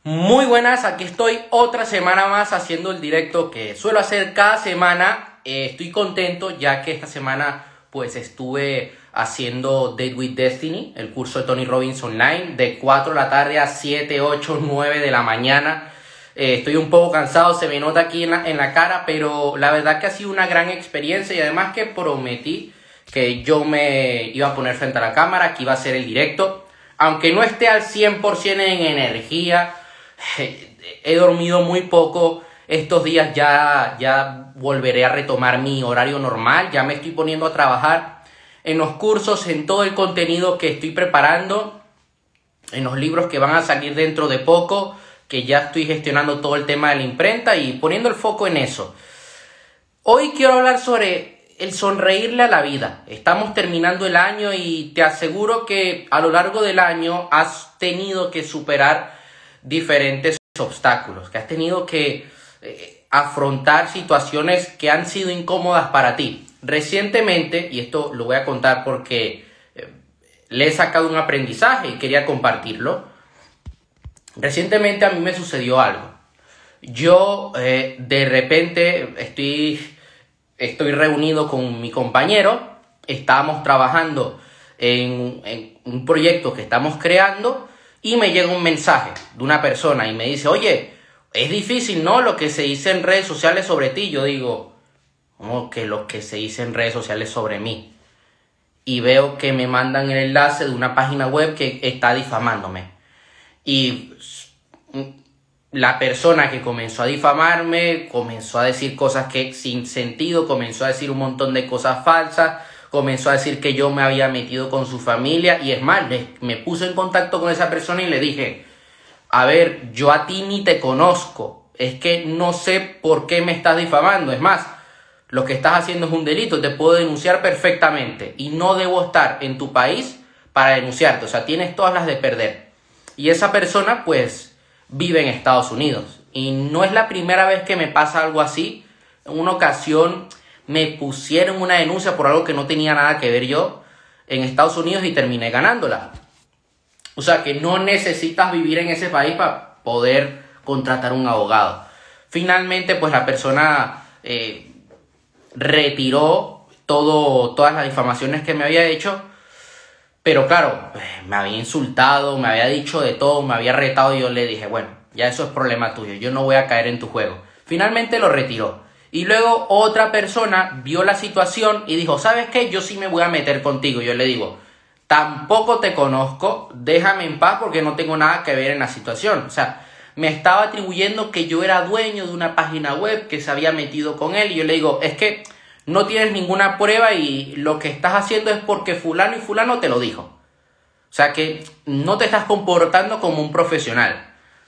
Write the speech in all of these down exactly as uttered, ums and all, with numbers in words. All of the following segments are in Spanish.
Muy buenas, aquí estoy otra semana más haciendo el directo que suelo hacer cada semana. Eh, estoy contento ya que esta semana pues estuve haciendo Date with Destiny, el curso de Tony Robbins online, de cuatro de la tarde a siete, ocho, nueve de la mañana. Eh, estoy un poco cansado, se me nota aquí en la, en la cara, pero la verdad que ha sido una gran experiencia y además que prometí que yo me iba a poner frente a la cámara, que iba a hacer el directo. Aunque no esté al cien por ciento en energía, he dormido muy poco. Estos días ya, ya volveré a retomar mi horario normal. Ya me estoy poniendo a trabajar en los cursos, en todo el contenido que estoy preparando, en los libros que van a salir dentro de poco, que ya estoy gestionando todo el tema de la imprenta y poniendo el foco en eso. Hoy quiero hablar sobre el sonreírle a la vida. Estamos terminando el año y te aseguro que a lo largo del año has tenido que superar diferentes obstáculos, que has tenido que eh, afrontar situaciones que han sido incómodas para ti. Recientemente, y esto lo voy a contar porque eh, le he sacado un aprendizaje y quería compartirlo. Recientemente a mí me sucedió algo. Yo eh, de repente estoy, estoy reunido con mi compañero, estábamos trabajando en, en un proyecto que estamos creando. Y me llega un mensaje de una persona y me dice, oye, es difícil, ¿no? Lo que se dice en redes sociales sobre ti. Yo digo, ¿cómo que lo que se dice en redes sociales sobre mí? Y veo que me mandan el enlace de una página web que está difamándome. Y la persona que comenzó a difamarme comenzó a decir cosas que sin sentido, comenzó a decir un montón de cosas falsas. Comenzó a decir que yo me había metido con su familia y es más, me puse en contacto con esa persona y le dije, a ver, yo a ti ni te conozco, es que no sé por qué me estás difamando, es más, lo que estás haciendo es un delito, te puedo denunciar perfectamente y no debo estar en tu país para denunciarte, o sea, tienes todas las de perder. Y esa persona pues vive en Estados Unidos y no es la primera vez que me pasa algo así. En una ocasión me pusieron una denuncia por algo que no tenía nada que ver yo en Estados Unidos y terminé ganándola. O sea que no necesitas vivir en ese país para poder contratar un abogado. Finalmente, pues la persona eh, retiró todo, todas las difamaciones que me había hecho. Pero claro, me había insultado, me había dicho de todo, me había retado y yo le dije, bueno, ya eso es problema tuyo, yo no voy a caer en tu juego. Finalmente lo retiró. Y luego otra persona vio la situación y dijo, ¿sabes qué? Yo sí me voy a meter contigo. Yo le digo, tampoco te conozco, déjame en paz porque no tengo nada que ver en la situación. O sea, me estaba atribuyendo que yo era dueño de una página web, que se había metido con él. Y yo le digo, es que no tienes ninguna prueba y lo que estás haciendo es porque fulano y fulano te lo dijo. O sea que no te estás comportando como un profesional.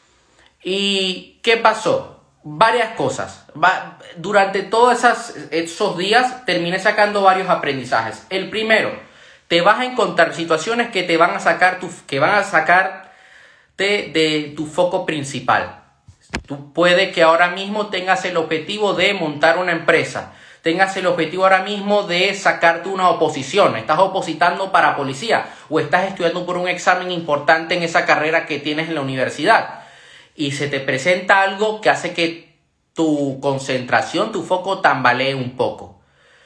¿Y qué pasó? Varias cosas. Va, durante todos esas, esos días terminé sacando varios aprendizajes. El primero, te vas a encontrar situaciones que te van a sacar tu, que van a sacarte de tu foco principal. Tú puede que ahora mismo tengas el objetivo de montar una empresa, tengas el objetivo ahora mismo de sacarte una oposición, estás opositando para policía o estás estudiando por un examen importante en esa carrera que tienes en la universidad. Y se te presenta algo que hace que tu concentración, tu foco tambalee un poco.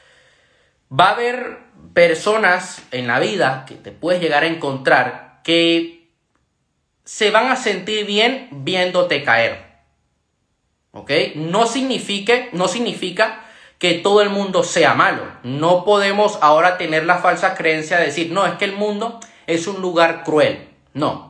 Va a haber personas en la vida que te puedes llegar a encontrar que se van a sentir bien viéndote caer. ¿Ok? No significa, no significa que todo el mundo sea malo. No podemos ahora tener la falsa creencia de decir, no, es que el mundo es un lugar cruel. No.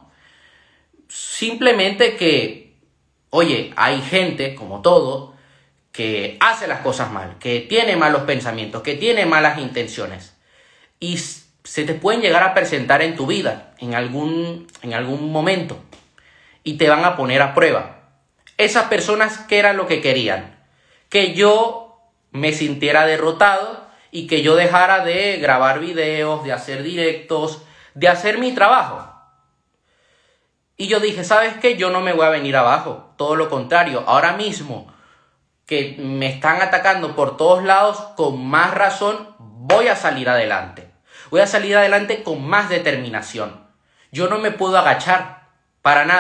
Simplemente que, oye, hay gente, como todo, que hace las cosas mal, que tiene malos pensamientos, que tiene malas intenciones. Y se te pueden llegar a presentar en tu vida, en algún, en algún momento. Y te van a poner a prueba. Esas personas, ¿qué era lo que querían? Que yo me sintiera derrotado y que yo dejara de grabar videos, de hacer directos, de hacer mi trabajo. Y yo dije, ¿sabes qué? Yo no me voy a venir abajo. Todo lo contrario. Ahora mismo que me están atacando por todos lados, con más razón voy a salir adelante. Voy a salir adelante con más determinación. Yo no me puedo agachar para nada.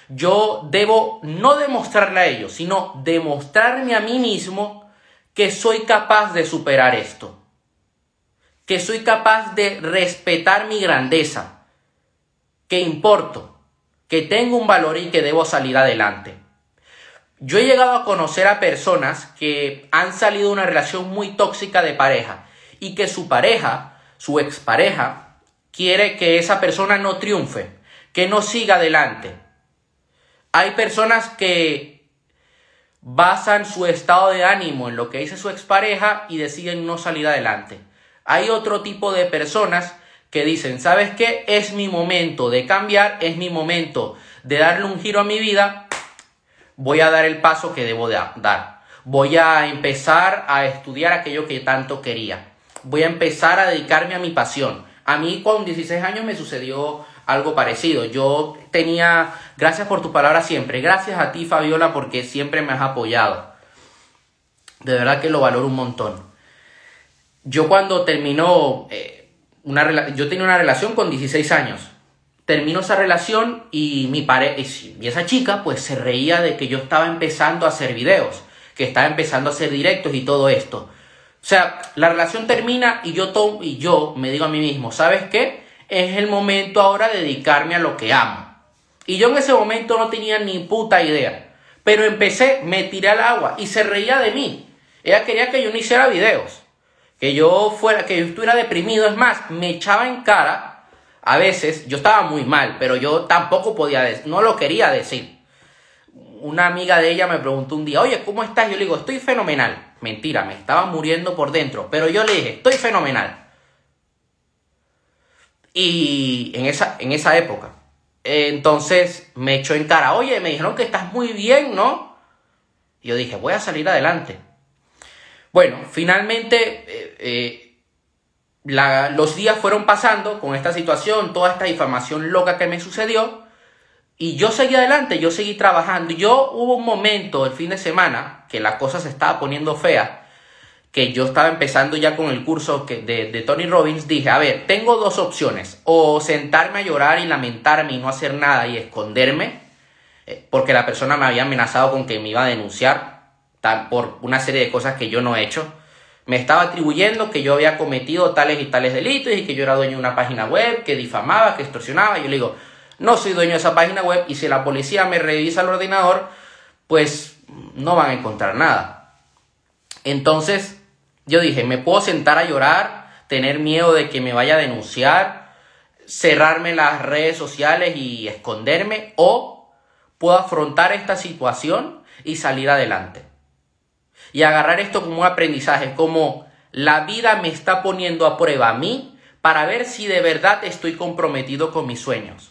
yo debo no demostrarle a ellos, sino demostrarme a mí mismo que soy capaz de superar esto, que soy capaz de respetar mi grandeza, que importo, que tengo un valor y que debo salir adelante. Yo he llegado a conocer a personas que han salido de una relación muy tóxica de pareja y que su pareja, su expareja, quiere que esa persona no triunfe, que no siga adelante. Hay personas que basan su estado de ánimo en lo que dice su expareja y deciden no salir adelante. Hay otro tipo de personas que dicen, ¿sabes qué? Es mi momento de cambiar, es mi momento de darle un giro a mi vida. Voy a dar el paso que debo de dar. Voy a empezar a estudiar aquello que tanto quería. Voy a empezar a dedicarme a mi pasión. A mí con dieciséis años me sucedió algo parecido. Yo tenía, gracias por tu palabra siempre. Gracias a ti, Fabiola, porque siempre me has apoyado. De verdad que lo valoro un montón. Yo cuando terminó, eh, una, yo tenía una relación con dieciséis años. Terminó esa relación y mi pare y esa chica pues se reía de que yo estaba empezando a hacer videos, que estaba empezando a hacer directos y todo esto. O sea, la relación termina y yo, to y yo me digo a mí mismo, ¿sabes qué? Es el momento ahora de dedicarme a lo que amo. Y yo en ese momento no tenía ni puta idea. Pero empecé, me tiré al agua y se reía de mí. Ella quería que yo no hiciera videos, que yo fuera, que yo estuviera deprimido. Es más, me echaba en cara. A veces yo estaba muy mal, pero yo tampoco podía, no lo quería decir. Una amiga de ella me preguntó un día, oye, ¿cómo estás? Yo le digo, estoy fenomenal. Mentira, me estaba muriendo por dentro, pero yo le dije, estoy fenomenal. Y en esa, en esa época, entonces me echó en cara, oye, me dijeron que estás muy bien, ¿no? Y yo dije, voy a salir adelante. Bueno, finalmente... Eh, eh, La, los días fueron pasando con esta situación, toda esta difamación loca que me sucedió, y yo seguí adelante, yo seguí trabajando. Yo hubo un momento el fin de semana que la cosa se estaba poniendo fea, que yo estaba empezando ya con el curso que, de, de Tony Robbins. Dije, a ver, tengo dos opciones, o sentarme a llorar y lamentarme y no hacer nada y esconderme, eh, porque la persona me había amenazado con que me iba a denunciar tal, por una serie de cosas que yo no he hecho. Me estaba atribuyendo que yo había cometido tales y tales delitos y que yo era dueño de una página web que difamaba, que extorsionaba. Yo le digo, no soy dueño de esa página web y si la policía me revisa el ordenador, pues no van a encontrar nada. Entonces yo dije, me puedo sentar a llorar, tener miedo de que me vaya a denunciar, cerrarme las redes sociales y esconderme, o puedo afrontar esta situación y salir adelante. Y agarrar esto como un aprendizaje, como la vida me está poniendo a prueba a mí para ver si de verdad estoy comprometido con mis sueños.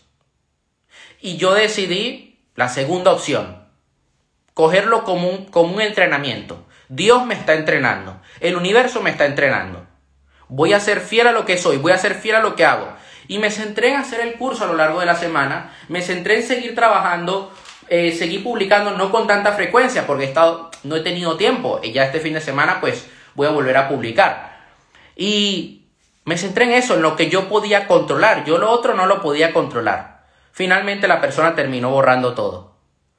Y yo decidí la segunda opción, cogerlo como un, como un entrenamiento. Dios me está entrenando, el universo me está entrenando. Voy a ser fiel a lo que soy, voy a ser fiel a lo que hago. Y me centré en hacer el curso a lo largo de la semana, me centré en seguir trabajando. Eh, seguí publicando, no con tanta frecuencia porque he estado, no he tenido tiempo, y ya este fin de semana pues voy a volver a publicar. Y me centré en eso, en lo que yo podía controlar. Yo lo otro no lo podía controlar. Finalmente la persona terminó borrando todo.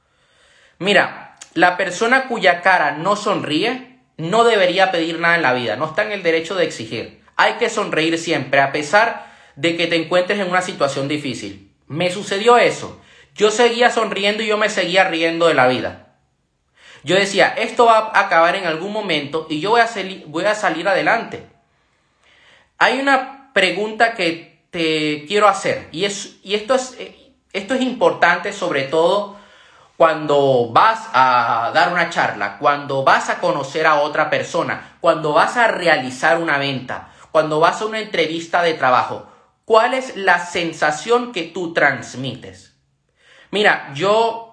Mira, la persona cuya cara no sonríe no debería pedir nada en la vida, no está en el derecho de exigir. Hay que sonreír siempre, a pesar de que te encuentres en una situación difícil. Me sucedió eso. Yo seguía sonriendo y yo me seguía riendo de la vida. Yo decía, esto va a acabar en algún momento y yo voy a, voy a salir adelante. Hay una pregunta que te quiero hacer y, es, y esto, es, esto es importante sobre todo cuando vas a dar una charla, cuando vas a conocer a otra persona, cuando vas a realizar una venta, cuando vas a una entrevista de trabajo. ¿Cuál es la sensación que tú transmites? Mira, yo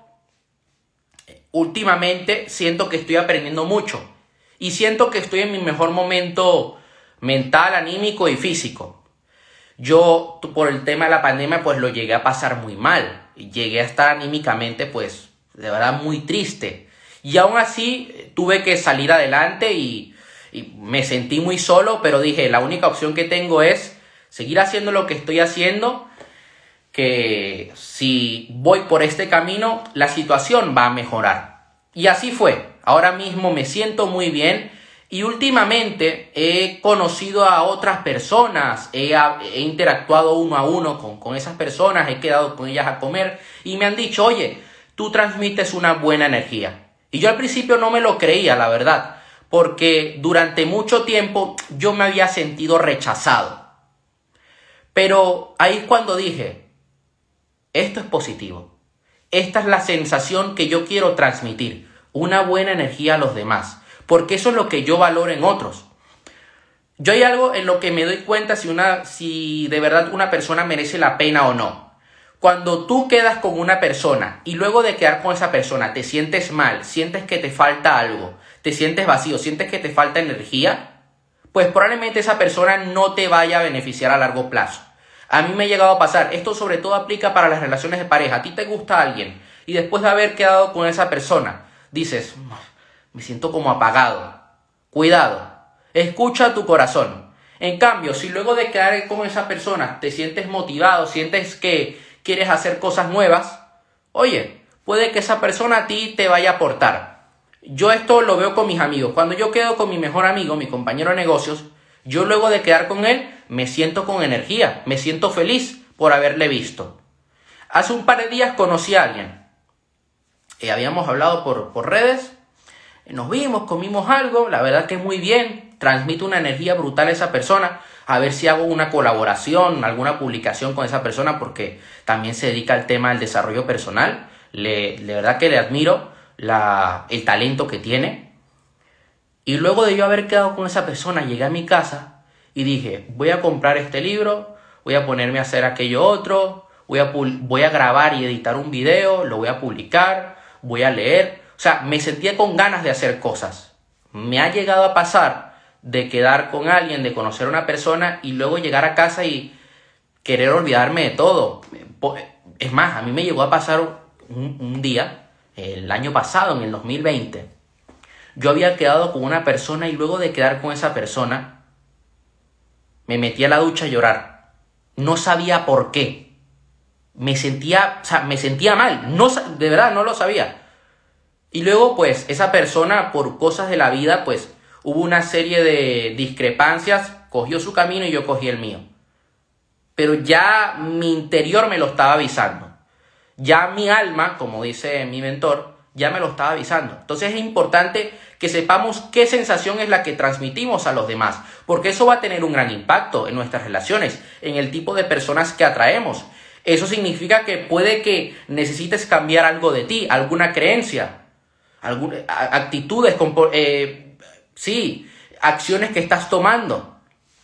últimamente siento que estoy aprendiendo mucho y siento que estoy en mi mejor momento mental, anímico y físico. Yo, por el tema de la pandemia, pues lo llegué a pasar muy mal. Llegué a estar anímicamente, pues, de verdad muy triste. Y aún así tuve que salir adelante y, y me sentí muy solo, pero dije, la única opción que tengo es seguir haciendo lo que estoy haciendo que si voy por este camino, la situación va a mejorar. Y así fue. Ahora mismo me siento muy bien y últimamente he conocido a otras personas, he, he interactuado uno a uno con, con esas personas, he quedado con ellas a comer y me han dicho, oye, tú transmites una buena energía. Y yo al principio no me lo creía, la verdad, porque durante mucho tiempo yo me había sentido rechazado. Pero ahí es cuando dije, esto es positivo. Esta es la sensación que yo quiero transmitir, una buena energía a los demás, porque eso es lo que yo valoro en otros. Yo hay algo en lo que me doy cuenta si, una, si de verdad una persona merece la pena o no. Cuando tú quedas con una persona y luego de quedar con esa persona te sientes mal, sientes que te falta algo, te sientes vacío, sientes que te falta energía, pues probablemente esa persona no te vaya a beneficiar a largo plazo. A mí me ha llegado a pasar, esto sobre todo aplica para las relaciones de pareja. A ti te gusta alguien y después de haber quedado con esa persona, dices, me siento como apagado. Cuidado, escucha a tu corazón. En cambio, si luego de quedar con esa persona te sientes motivado, sientes que quieres hacer cosas nuevas, oye, puede que esa persona a ti te vaya a aportar. Yo esto lo veo con mis amigos. Cuando yo quedo con mi mejor amigo, mi compañero de negocios, yo luego de quedar con él me siento con energía, me siento feliz por haberle visto. Hace un par de días conocí a alguien. Eh, habíamos hablado por, por redes, nos vimos, comimos algo, la verdad que muy bien, transmite una energía brutal a esa persona. A ver si hago una colaboración, alguna publicación con esa persona, porque también se dedica al tema del desarrollo personal. Le, de verdad que le admiro la, el talento que tiene. Y luego de yo haber quedado con esa persona, llegué a mi casa y dije, voy a comprar este libro, voy a ponerme a hacer aquello otro, voy a, voy a grabar y editar un video, lo voy a publicar, voy a leer. O sea, me sentía con ganas de hacer cosas. Me ha llegado a pasar de quedar con alguien, de conocer a una persona y luego llegar a casa y querer olvidarme de todo. Es más, a mí me llegó a pasar un, un día, el año pasado, en el dos mil veinte, yo había quedado con una persona y luego de quedar con esa persona, me metí a la ducha a llorar. No sabía por qué. Me sentía, o sea, me sentía mal. No, de verdad, no lo sabía. Y luego, pues, esa persona, por cosas de la vida, pues, hubo una serie de discrepancias, cogió su camino y yo cogí el mío. Pero ya mi interior me lo estaba avisando. Ya mi alma, como dice mi mentor, ya me lo estaba avisando. Entonces es importante que sepamos qué sensación es la que transmitimos a los demás, porque eso va a tener un gran impacto en nuestras relaciones, en el tipo de personas que atraemos. Eso significa que puede que necesites cambiar algo de ti, alguna creencia, alguna, actitudes, eh, sí, acciones que estás tomando.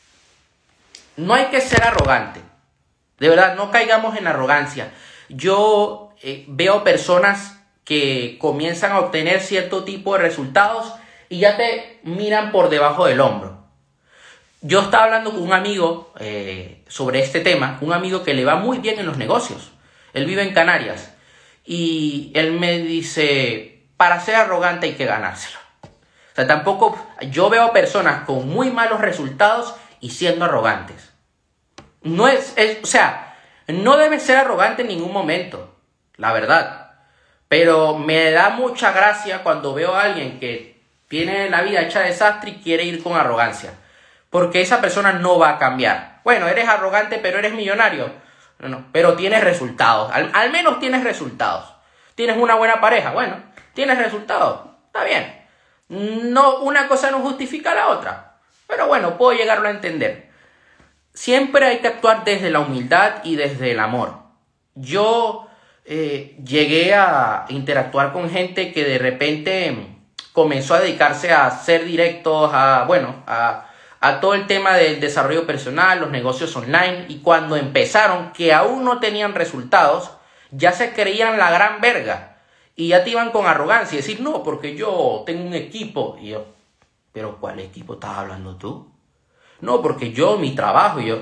No hay que ser arrogante. De verdad, no caigamos en arrogancia. Yo eh, veo personas que comienzan a obtener cierto tipo de resultados y ya te miran por debajo del hombro. Yo estaba hablando con un amigo eh, sobre este tema, un amigo que le va muy bien en los negocios. Él vive en Canarias y él me dice, para ser arrogante hay que ganárselo. O sea, tampoco, yo veo personas con muy malos resultados y siendo arrogantes. No es, es, o sea, no debes ser arrogante en ningún momento, la verdad. Pero me da mucha gracia cuando veo a alguien que tiene la vida hecha desastre y quiere ir con arrogancia. Porque esa persona no va a cambiar. Bueno, eres arrogante, pero eres millonario. No, no, pero tienes resultados. Al, al menos tienes resultados. Tienes una buena pareja. Bueno, tienes resultados. Está bien. No, una cosa no justifica la otra. Pero bueno, puedo llegarlo a entender. Siempre hay que actuar desde la humildad y desde el amor. Yo eh, llegué a interactuar con gente que de repente comenzó a dedicarse a ser directos, a, bueno, a... a todo el tema del desarrollo personal, los negocios online, y cuando empezaron, que aún no tenían resultados, ya se creían la gran verga, y ya te iban con arrogancia, y decir, no, porque yo tengo un equipo, y yo, ¿pero cuál equipo estás hablando tú? No, porque yo, mi trabajo, y yo,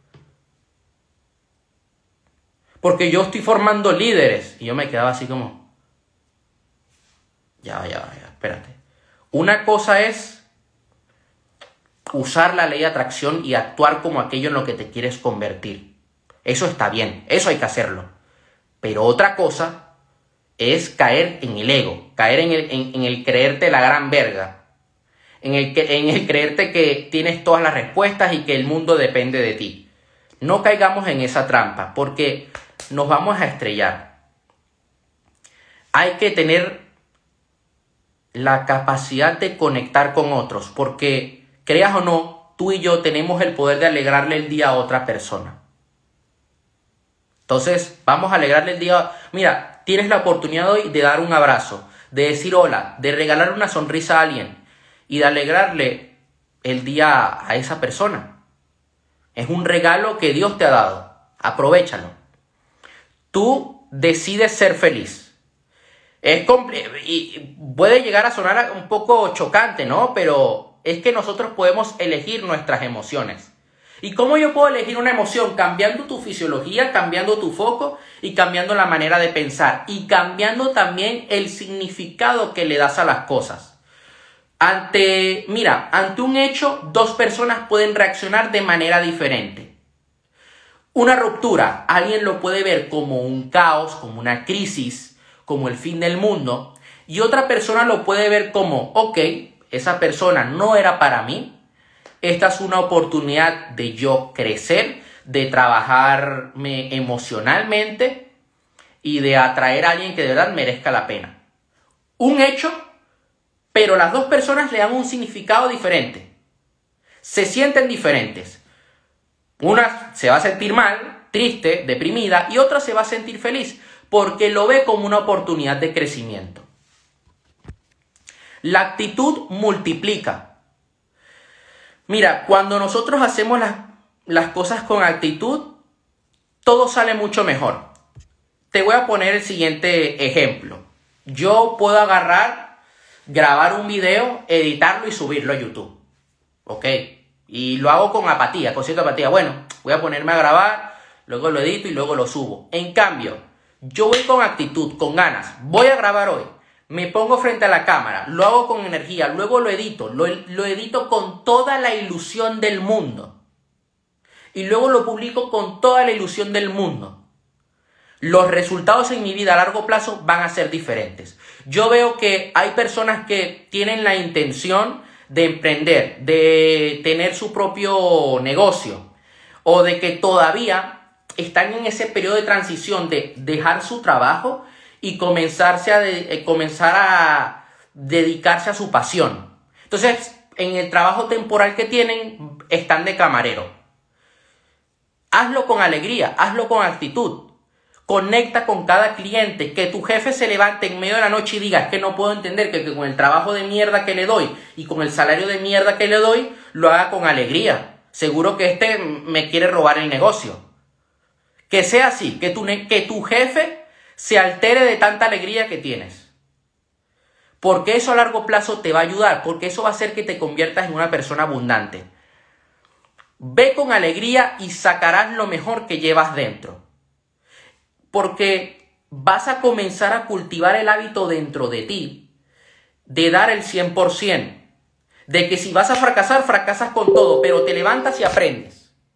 porque yo estoy formando líderes, y yo me quedaba así como, ya, ya, ya, espérate, una cosa es usar la ley de atracción y actuar como aquello en lo que te quieres convertir. Eso está bien, eso hay que hacerlo. Pero otra cosa es caer en el ego, caer en el, en, en el creerte la gran verga, en el, en el creerte que tienes todas las respuestas y que el mundo depende de ti. No caigamos en esa trampa, porque nos vamos a estrellar. Hay que tener la capacidad de conectar con otros, porque creas o no, tú y yo tenemos el poder de alegrarle el día a otra persona. Entonces, vamos a alegrarle el día. Mira, tienes la oportunidad hoy de dar un abrazo, de decir hola, de regalar una sonrisa a alguien y de alegrarle el día a esa persona. Es un regalo que Dios te ha dado. Aprovéchalo. Tú decides ser feliz. Es compl- y puede llegar a sonar un poco chocante, ¿no? Pero es que nosotros podemos elegir nuestras emociones. ¿Y cómo yo puedo elegir una emoción? Cambiando tu fisiología, cambiando tu foco y cambiando la manera de pensar. Y cambiando también el significado que le das a las cosas. Ante, mira, ante un hecho, dos personas pueden reaccionar de manera diferente. Una ruptura, alguien lo puede ver como un caos, como una crisis, como el fin del mundo. Y otra persona lo puede ver como, ok, esa persona no era para mí. Esta es una oportunidad de yo crecer, de trabajarme emocionalmente y de atraer a alguien que de verdad merezca la pena. Un hecho, pero las dos personas le dan un significado diferente. Se sienten diferentes. Una se va a sentir mal, triste, deprimida, y otra se va a sentir feliz porque lo ve como una oportunidad de crecimiento. La actitud multiplica. Mira, cuando nosotros hacemos las, las cosas con actitud, todo sale mucho mejor. Te voy a poner el siguiente ejemplo. Yo puedo agarrar, grabar un video, editarlo y subirlo a YouTube. ¿Ok? Y lo hago con apatía, con cierta apatía. Bueno, voy a ponerme a grabar, luego lo edito y luego lo subo. En cambio, yo voy con actitud, con ganas. Voy a grabar hoy. Me pongo frente a la cámara, lo hago con energía, luego lo edito, lo, lo edito con toda la ilusión del mundo. Y luego lo publico con toda la ilusión del mundo. Los resultados en mi vida a largo plazo van a ser diferentes. Yo veo que hay personas que tienen la intención de emprender, de tener su propio negocio, o de que todavía están en ese periodo de transición de dejar su trabajo y comenzarse a de, eh, comenzar a dedicarse a su pasión. Entonces, en el trabajo temporal que tienen, están de camarero. Hazlo con alegría, hazlo con actitud. Conecta con cada cliente. Que tu jefe se levante en medio de la noche y diga, es que no puedo entender que, que con el trabajo de mierda que le doy y con el salario de mierda que le doy, lo haga con alegría. Seguro que este me quiere robar el negocio. Que sea así, que tu, que tu jefe se altere de tanta alegría que tienes. Porque eso a largo plazo te va a ayudar, porque eso va a hacer que te conviertas en una persona abundante. Ve con alegría y sacarás lo mejor que llevas dentro. Porque vas a comenzar a cultivar el hábito dentro de ti de dar el cien por ciento. De que si vas a fracasar, fracasas con todo, pero te levantas y aprendes.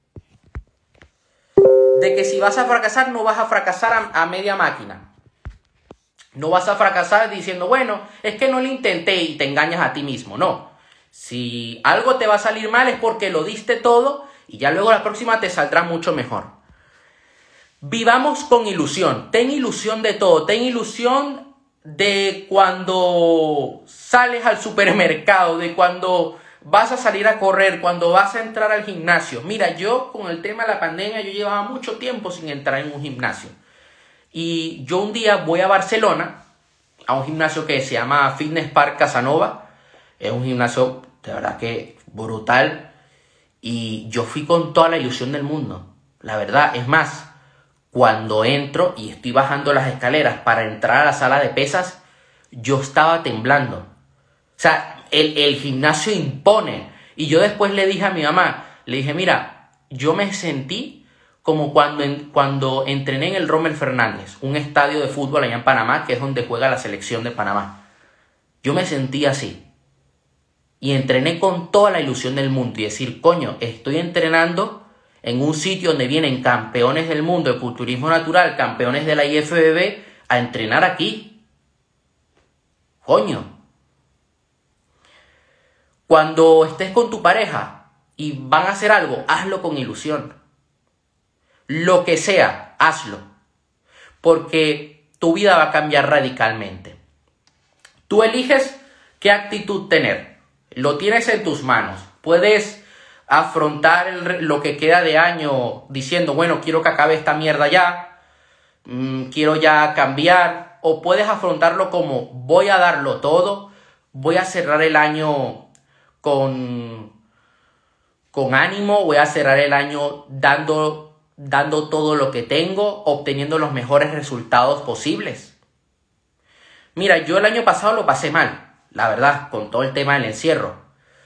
De que si vas a fracasar, no vas a fracasar a, a media máquina. No vas a fracasar diciendo, bueno, es que no lo intenté y te engañas a ti mismo. No. Si algo te va a salir mal es porque lo diste todo y ya luego la próxima te saldrá mucho mejor. Vivamos con ilusión. Ten ilusión de todo. Ten ilusión de cuando sales al supermercado, de cuando vas a salir a correr, cuando vas a entrar al gimnasio. Mira, yo con el tema de la pandemia, yo llevaba mucho tiempo sin entrar en un gimnasio. Y yo un día voy a Barcelona, a un gimnasio que se llama Fitness Park Casanova. Es un gimnasio de verdad que brutal. Y yo fui con toda la ilusión del mundo. La verdad, es más, cuando entro y estoy bajando las escaleras para entrar a la sala de pesas, yo estaba temblando. O sea, El, el gimnasio impone. Y yo después le dije a mi mamá, le dije, mira, yo me sentí como cuando, en, cuando entrené en el Rommel Fernández, un estadio de fútbol allá en Panamá, que es donde juega la selección de Panamá. Yo me sentí así. Y entrené con toda la ilusión del mundo. Y decir, coño, estoy entrenando en un sitio donde vienen campeones del mundo de culturismo natural, campeones de la I F B B, a entrenar aquí. Coño. Cuando estés con tu pareja y van a hacer algo, hazlo con ilusión. Lo que sea, hazlo. Porque tu vida va a cambiar radicalmente. Tú eliges qué actitud tener. Lo tienes en tus manos. Puedes afrontar el, lo que queda de año diciendo, bueno, quiero que acabe esta mierda ya. Mmm, quiero ya cambiar. O puedes afrontarlo como, voy a darlo todo. Voy a cerrar el año con, con ánimo. Voy a cerrar el año dando, dando todo lo que tengo, obteniendo los mejores resultados posibles. Mira, yo el año pasado lo pasé mal, la verdad, con todo el tema del encierro.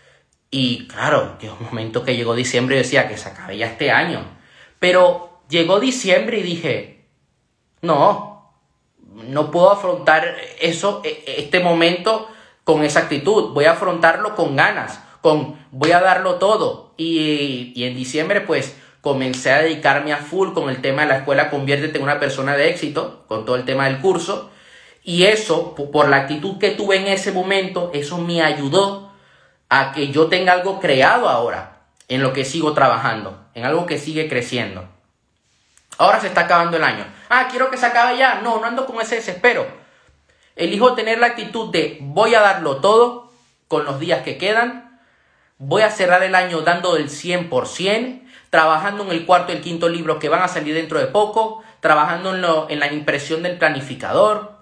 Y claro, llegó un momento que llegó diciembre y decía que se acabe ya este año. Pero llegó diciembre y dije, no, no puedo afrontar eso, este momento con esa actitud. Voy a afrontarlo con ganas, con voy a darlo todo. Y, y en diciembre pues comencé a dedicarme a full con el tema de la escuela Conviértete en una persona de éxito, con todo el tema del curso. Y eso, por la actitud que tuve en ese momento, eso me ayudó a que yo tenga algo creado ahora, en lo que sigo trabajando, en algo que sigue creciendo. Ahora se está acabando el año. Ah, quiero que se acabe ya. No, no ando con ese desespero. Elijo tener la actitud de voy a darlo todo con los días que quedan. Voy a cerrar el año dando el cien por ciento, trabajando en el cuarto y el quinto libro que van a salir dentro de poco, trabajando en, lo, en la impresión del planificador,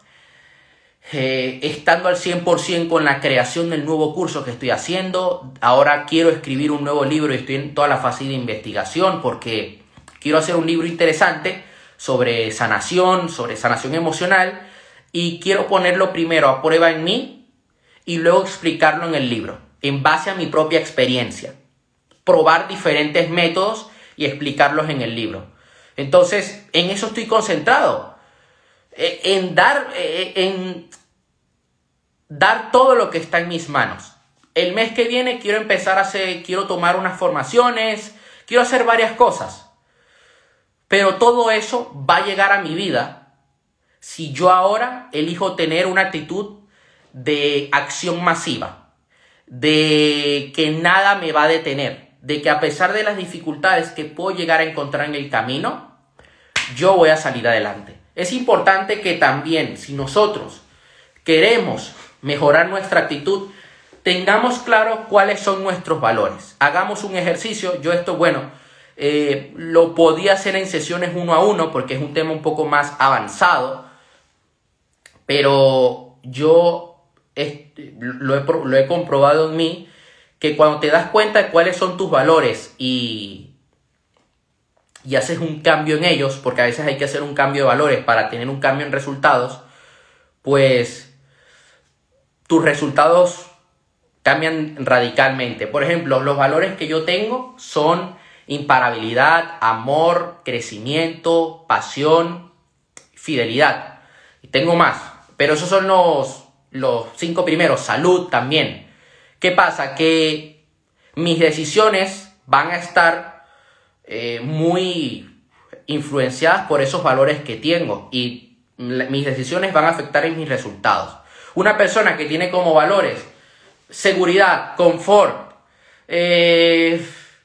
Eh, estando al cien por ciento con la creación del nuevo curso que estoy haciendo. Ahora quiero escribir un nuevo libro y estoy en toda la fase de investigación porque quiero hacer un libro interesante sobre sanación, sobre sanación emocional, y quiero ponerlo primero a prueba en mí y luego explicarlo en el libro, en base a mi propia experiencia. Probar diferentes métodos y explicarlos en el libro. Entonces, en eso estoy concentrado. En dar, en dar todo lo que está en mis manos. El mes que viene quiero empezar a hacer, quiero tomar unas formaciones, quiero hacer varias cosas. Pero todo eso va a llegar a mi vida si yo ahora elijo tener una actitud de acción masiva, de que nada me va a detener, de que a pesar de las dificultades que puedo llegar a encontrar en el camino, yo voy a salir adelante. Es importante que también, si nosotros queremos mejorar nuestra actitud, tengamos claro cuáles son nuestros valores. Hagamos un ejercicio. Yo esto, bueno, eh, lo podía hacer en sesiones uno a uno porque es un tema un poco más avanzado, pero yo este, lo, he, lo he comprobado en mí, que cuando te das cuenta de cuáles son tus valores y... y haces un cambio en ellos, porque a veces hay que hacer un cambio de valores para tener un cambio en resultados, pues tus resultados cambian radicalmente. Por ejemplo, los valores que yo tengo son imparabilidad, amor, crecimiento, pasión, fidelidad. Y tengo más, pero esos son los, los cinco primeros. Salud también. ¿Qué pasa? Que mis decisiones van a estar Eh, muy influenciadas por esos valores que tengo, y mis decisiones van a afectar en mis resultados. Una persona que tiene como valores seguridad, confort, eh,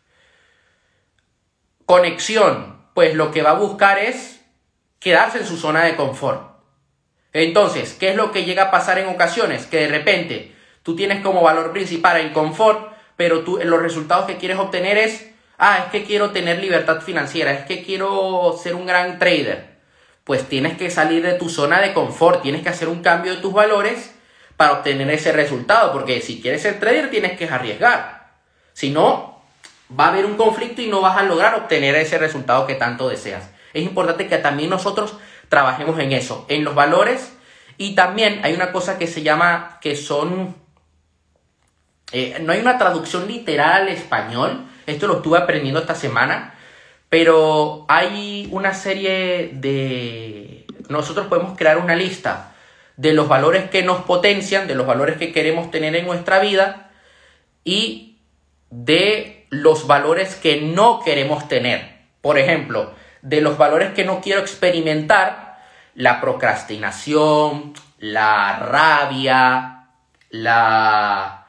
conexión, pues lo que va a buscar es quedarse en su zona de confort. Entonces, ¿qué es lo que llega a pasar en ocasiones? Que de repente tú tienes como valor principal el confort, pero tú, los resultados que quieres obtener es ah, es que quiero tener libertad financiera, es que quiero ser un gran trader. Pues tienes que salir de tu zona de confort, tienes que hacer un cambio de tus valores para obtener ese resultado, porque si quieres ser trader tienes que arriesgar. Si no, va a haber un conflicto y no vas a lograr obtener ese resultado que tanto deseas. Es importante que también nosotros trabajemos en eso, en los valores, y también hay una cosa que se llama, que son... Eh, no hay una traducción literal al español. Esto lo estuve aprendiendo esta semana, pero hay una serie de... Nosotros podemos crear una lista de los valores que nos potencian, de los valores que queremos tener en nuestra vida y de los valores que no queremos tener. Por ejemplo, de los valores que no quiero experimentar, la procrastinación, la rabia, la...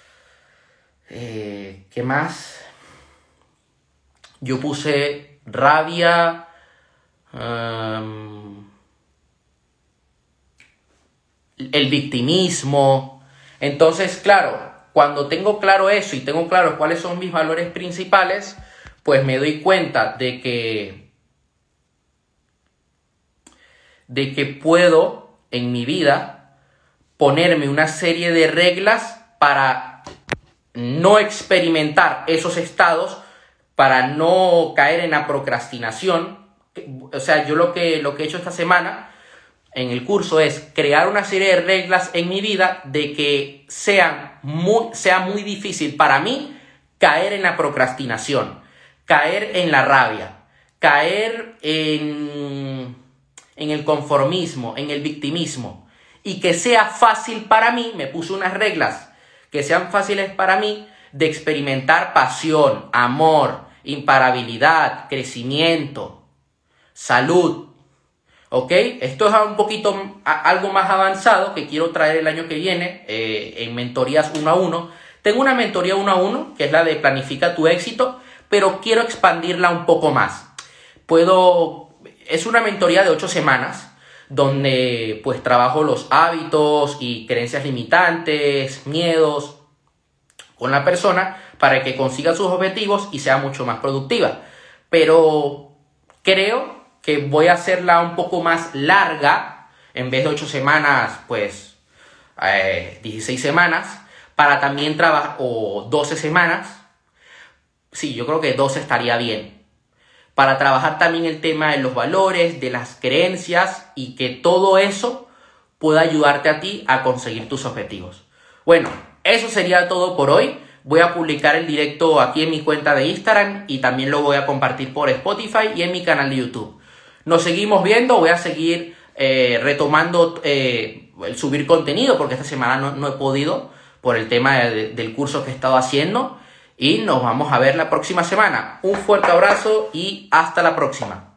Eh, ¿qué más? Yo puse rabia... Um, el victimismo. Entonces, claro, cuando tengo claro eso y tengo claro cuáles son mis valores principales, pues me doy cuenta de que de que puedo en mi vida ponerme una serie de reglas para no experimentar esos estados, para no caer en la procrastinación. O sea, yo lo que, lo que he hecho esta semana en el curso es crear una serie de reglas en mi vida de que sean muy, sea muy difícil para mí caer en la procrastinación, caer en la rabia, caer en, en el conformismo, en el victimismo, y que sea fácil para mí, me puse unas reglas que sean fáciles para mí de experimentar pasión, amor, imparabilidad, crecimiento, salud. ¿Ok? Esto es un poquito algo más avanzado que quiero traer el año que viene eh, en mentorías uno a uno. Tengo una mentoría uno a uno que es la de Planifica tu éxito, pero quiero expandirla un poco más. Puedo... Es una mentoría de ocho semanas donde pues trabajo los hábitos y creencias limitantes, miedos con la persona para que consiga sus objetivos y sea mucho más productiva. Pero creo que voy a hacerla un poco más larga, en vez de ocho semanas, pues eh, dieciséis semanas, para también trabajar, o doce semanas, sí, yo creo que doce estaría bien, para trabajar también el tema de los valores, de las creencias, y que todo eso pueda ayudarte a ti a conseguir tus objetivos. Bueno, eso sería todo por hoy. Voy a publicar el directo aquí en mi cuenta de Instagram y también lo voy a compartir por Spotify y en mi canal de YouTube. Nos seguimos viendo, voy a seguir eh, retomando eh, el subir contenido porque esta semana no, no he podido por el tema de, del curso que he estado haciendo y nos vamos a ver la próxima semana. Un fuerte abrazo y hasta la próxima.